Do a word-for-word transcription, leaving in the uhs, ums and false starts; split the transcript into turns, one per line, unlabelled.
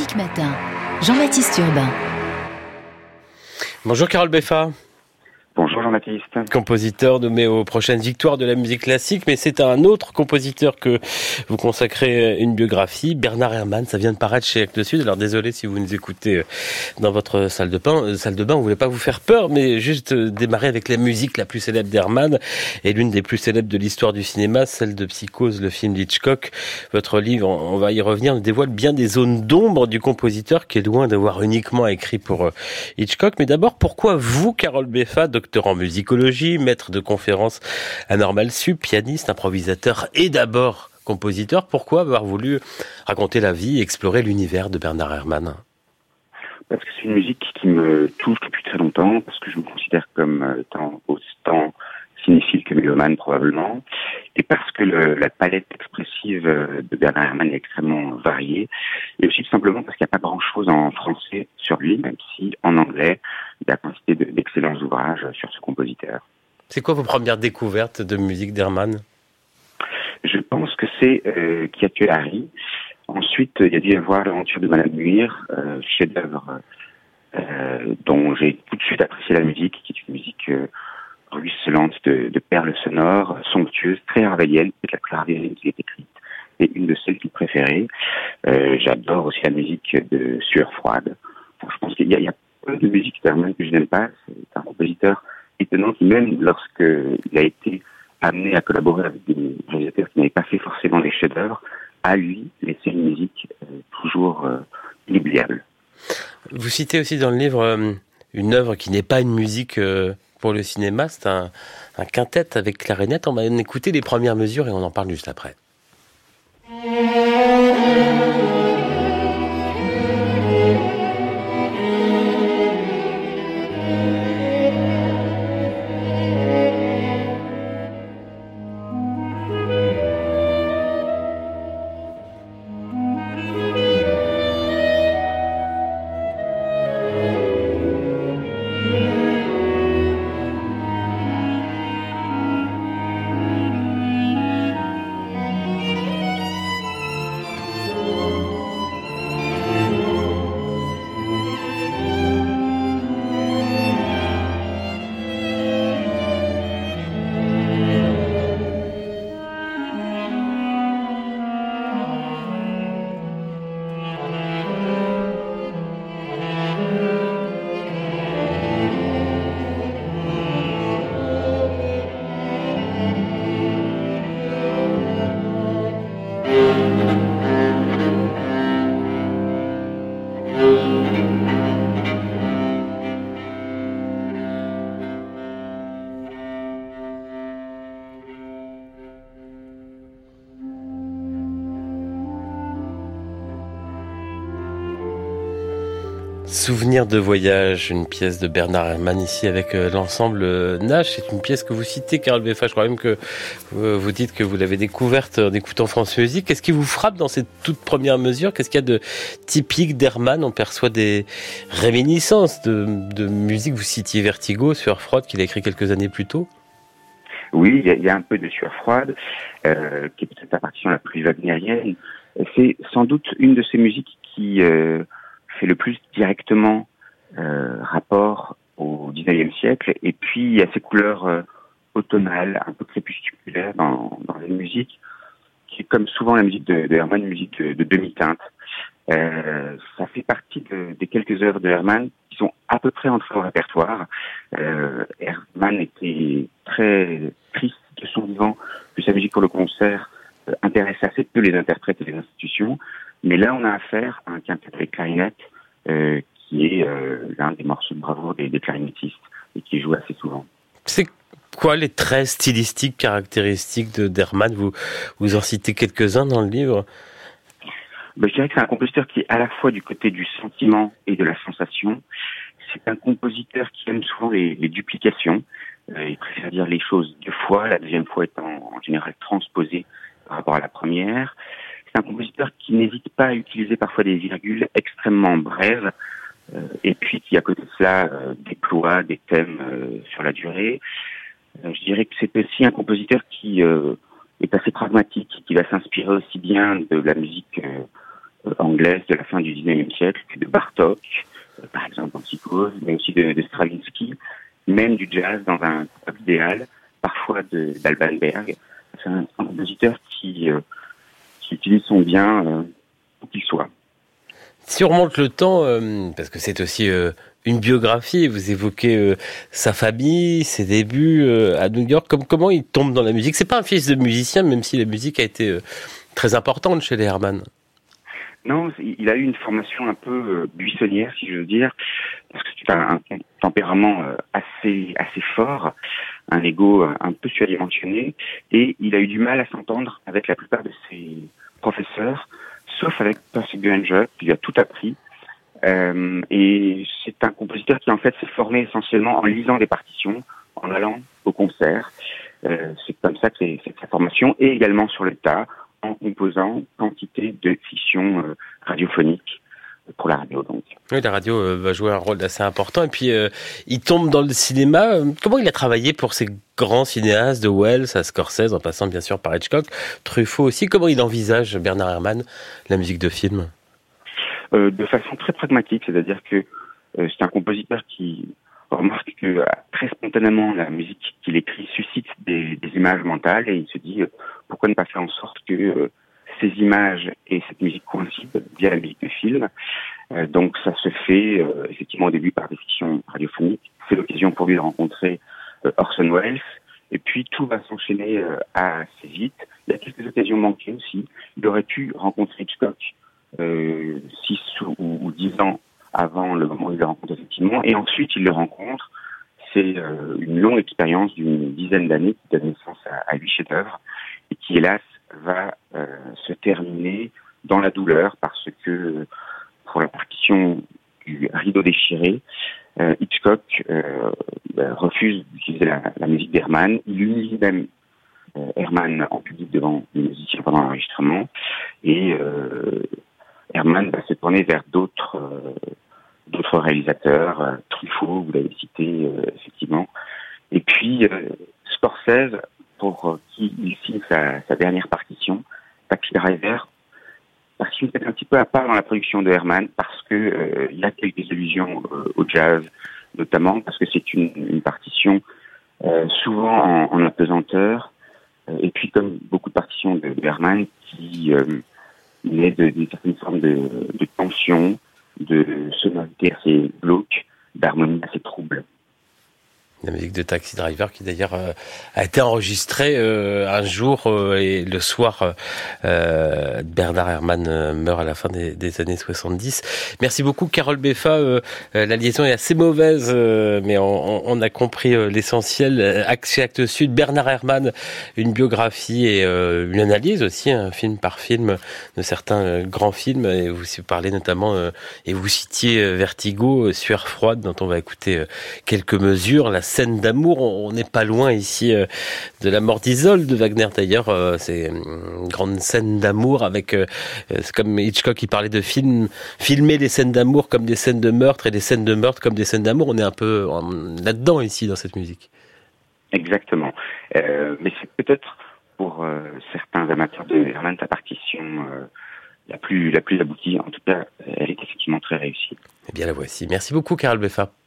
Musique Matin, Jean-Baptiste Urbain.
Bonjour Carole Beffa.
Bonjour Jean-Baptiste.
Compositeur nommé aux prochaines victoires de la musique classique, mais c'est à un autre compositeur que vous consacrez une biographie, Bernard Herrmann. Ça vient de paraître chez Actes Sud. Alors désolé si vous nous écoutez dans votre salle de bain. Euh, salle de bain, on voulait pas vous faire peur, mais juste démarrer avec la musique la plus célèbre d'Herrmann et l'une des plus célèbres de l'histoire du cinéma, celle de Psychose, le film d'Hitchcock. Votre livre, on va y revenir, nous dévoile bien des zones d'ombre du compositeur qui est loin d'avoir uniquement écrit pour Hitchcock. Mais d'abord, pourquoi vous, Carole Beffa, docteur en musicologie, maître de conférences à Normal Sup, pianiste, improvisateur et d'abord compositeur, pourquoi avoir voulu raconter la vie, explorer l'univers de Bernard Herrmann?
Parce que c'est une musique qui me touche depuis très longtemps, parce que je me considère comme étant autant cinéphile que mélomane probablement, et parce que le, la palette expressive de Bernard Herrmann est extrêmement variée, et aussi tout simplement parce qu'il n'y a pas grand-chose en français sur lui, même si en anglais, il y a quantité de, d'excellents ouvrages sur ce compositeur. C'est
quoi vos premières découvertes de musique d'Herrmann?
Je pense que c'est euh, Qui a tué Harry. Ensuite, il y a dû y avoir L'aventure de Madame Muir, euh, chef-d'œuvre euh, dont j'ai tout de suite apprécié la musique, qui est une musique euh, ruisselante de, de perles sonores, somptueuses, très harveyenne, peut-être la plus harveyenne qui est écrite, et une de celles qu'il préférait. Euh, j'adore aussi la musique de Sueur froide. Enfin, je pense qu'il y a, il y a peu de musique d'Herrmann que je n'aime pas. C'est un compositeur étonnant qui, même lorsqu'il a été amené à collaborer avec des réalisateurs qui n'avaient pas fait forcément des chefs-d'œuvre, a lui laissé une musique euh, toujours euh, inoubliable.
Vous citez aussi dans le livre euh, une œuvre qui n'est pas une musique euh, pour le cinéma, c'est un, un quintet avec clarinette. On va écouter les premières mesures et on en parle juste après. Souvenir de voyage, une pièce de Bernard Herrmann ici avec euh, l'ensemble euh, Nash. C'est une pièce que vous citez, Carole Beffa. Je crois même que euh, vous dites que vous l'avez découverte en écoutant France Musique. Qu'est-ce qui vous frappe dans cette toute première mesure? Qu'est-ce qu'il y a de typique d'Herrmann? On perçoit des réminiscences de, de musique. Vous citiez Vertigo, Sueur froide, qu'il a écrit quelques années plus tôt.
Oui, il y a, il y a un peu de Sueur froide, euh, qui est peut-être la partition la plus wagnérienne. C'est sans doute une de ces musiques qui euh, fait le plus directement euh, rapport au dix-neuvième siècle, et puis il y a ces couleurs euh, automnales, un peu crépusculaires dans, dans la musique, qui est comme souvent la musique de, de Herrmann, une musique de, de demi-teinte. Euh, ça fait partie de, des quelques œuvres de Herrmann qui sont à peu près entrées au répertoire. Euh, Herrmann était très triste de son vivant que sa musique pour le concert euh, intéresse assez peu les interprètes et les institutions. Mais là, on a affaire à un quintet avec clarinette euh, qui est euh, l'un des morceaux de bravoure des, des clarinettistes et qui joue assez souvent.
C'est quoi les traits stylistiques caractéristiques de d'Herrmann? Vous, vous en citez quelques-uns dans le livre?
Ben, je dirais que c'est un compositeur qui est à la fois du côté du sentiment et de la sensation. C'est un compositeur qui aime souvent les, les duplications. Euh, il préfère dire les choses deux fois, la deuxième fois étant en général transposée par rapport à la première. C'est un compositeur qui n'hésite pas à utiliser parfois des virgules extrêmement brèves, euh, et puis qui, à côté de cela, euh, déploie des thèmes euh, sur la durée. Euh, je dirais que c'est aussi un compositeur qui euh, est assez pragmatique, qui va s'inspirer aussi bien de la musique euh, euh, anglaise de la fin du dix-neuvième siècle, de Bartók, euh, par exemple en Psychose, mais aussi de, de Stravinsky, même du jazz dans un pop idéal, parfois de, d'Alban Berg. C'est un, un compositeur qui, euh, qui utilise son bien euh, où qu'il soit.
Si on remonte le temps, euh, parce que c'est aussi euh, une biographie, vous évoquez euh, sa famille, ses débuts euh, à New York, comme, comment il tombe dans la musique. C'est pas un fils de musicien, même si la musique a été euh, très importante chez les Herrmann.
Non, il a eu une formation un peu euh, buissonnière, si je veux dire, parce que c'est un, un tempérament euh, assez assez fort, un ego euh, un peu surdimensionné, et il a eu du mal à s'entendre avec la plupart de ses professeurs, sauf avec Percy Grainger, qui lui a tout appris. Euh, et c'est un compositeur qui en fait s'est formé essentiellement en lisant des partitions, en allant au concert. Euh, c'est comme ça que c'est, c'est sa formation, et également sur le tas, en composant quantité de fiction euh, radiophonique pour la radio. Donc.
Oui, la radio euh, va jouer un rôle assez important. Et puis, euh, il tombe dans le cinéma. Comment il a travaillé pour ces grands cinéastes, de Wells à Scorsese, en passant bien sûr par Hitchcock, Truffaut aussi. Comment il envisage, Bernard Herrmann, la musique de film ?
euh, De façon très pragmatique, c'est-à-dire que euh, c'est un compositeur qui remarque que euh, très spontanément, la musique qu'il écrit suscite des, des images mentales, et il se dit euh, pourquoi ne pas faire en sorte que euh, ces images et cette musique coïncident via la musique de film. Euh, donc ça se fait euh, effectivement au début par des fictions radiophoniques. C'est l'occasion pour lui de rencontrer euh, Orson Welles, et puis tout va s'enchaîner euh, assez vite. Il y a quelques occasions manquées aussi. Il aurait pu rencontrer Hitchcock euh, six ou, ou dix ans avant le moment où il le rencontre effectivement, et ensuite il le rencontre. C'est euh, une longue expérience d'une dizaine d'années qui donne naissance à, à huit chefs-d'œuvre, et qui hélas va euh, se terminer dans la douleur, parce que pour la partition du Rideau déchiré, euh, Hitchcock euh, bah, refuse d'utiliser la, la musique d'Herrmann. Il humilie même euh, Herrmann en public devant les musiciens pendant l'enregistrement, et euh, Herrmann va se tourner vers d'autres euh, d'autres réalisateurs, euh, Truffaut, vous l'avez cité euh, effectivement, et puis euh, Scorsese, pour euh, qui il signe sa, sa dernière partition, Taxi Driver, partition peut-être un petit peu à part dans la production de Herrmann, parce que euh, il y a quelques allusions euh, au jazz, notamment parce que c'est une, une partition euh, souvent en, en apesanteur, euh, et puis comme beaucoup de partitions de, de Herrmann, qui euh, naît d'une certaine forme de, de tension, de sonorité assez glauque, d'harmonie assez trouble.
La musique de Taxi Driver, qui d'ailleurs euh, a été enregistrée euh, un jour euh, et le soir, euh, Bernard Herrmann euh, meurt à la fin des, des années soixante-dix. Merci beaucoup, Carole Beffa. Euh, euh, la liaison est assez mauvaise, euh, mais on, on a compris euh, l'essentiel. Acte chez Actes Sud, Bernard Herrmann, une biographie et euh, une analyse aussi, un film par film de certains euh, grands films. Et vous parlez notamment, euh, et vous citiez euh, Vertigo, euh, Sueur froide, dont on va écouter euh, quelques mesures. La scène d'amour, on n'est pas loin ici euh, de La mort d'Isolde de Wagner d'ailleurs, euh, c'est une grande scène d'amour avec, euh, c'est comme Hitchcock qui parlait de film, filmer les scènes d'amour comme des scènes de meurtre et des scènes de meurtre comme des scènes d'amour, on est un peu euh, là-dedans ici dans cette musique.
Exactement, euh, mais c'est peut-être pour euh, certains amateurs de Herrmann sa partition euh, la plus, la plus aboutie, en tout cas elle est effectivement très réussie.
Eh bien la voici, merci beaucoup Carole Beffa.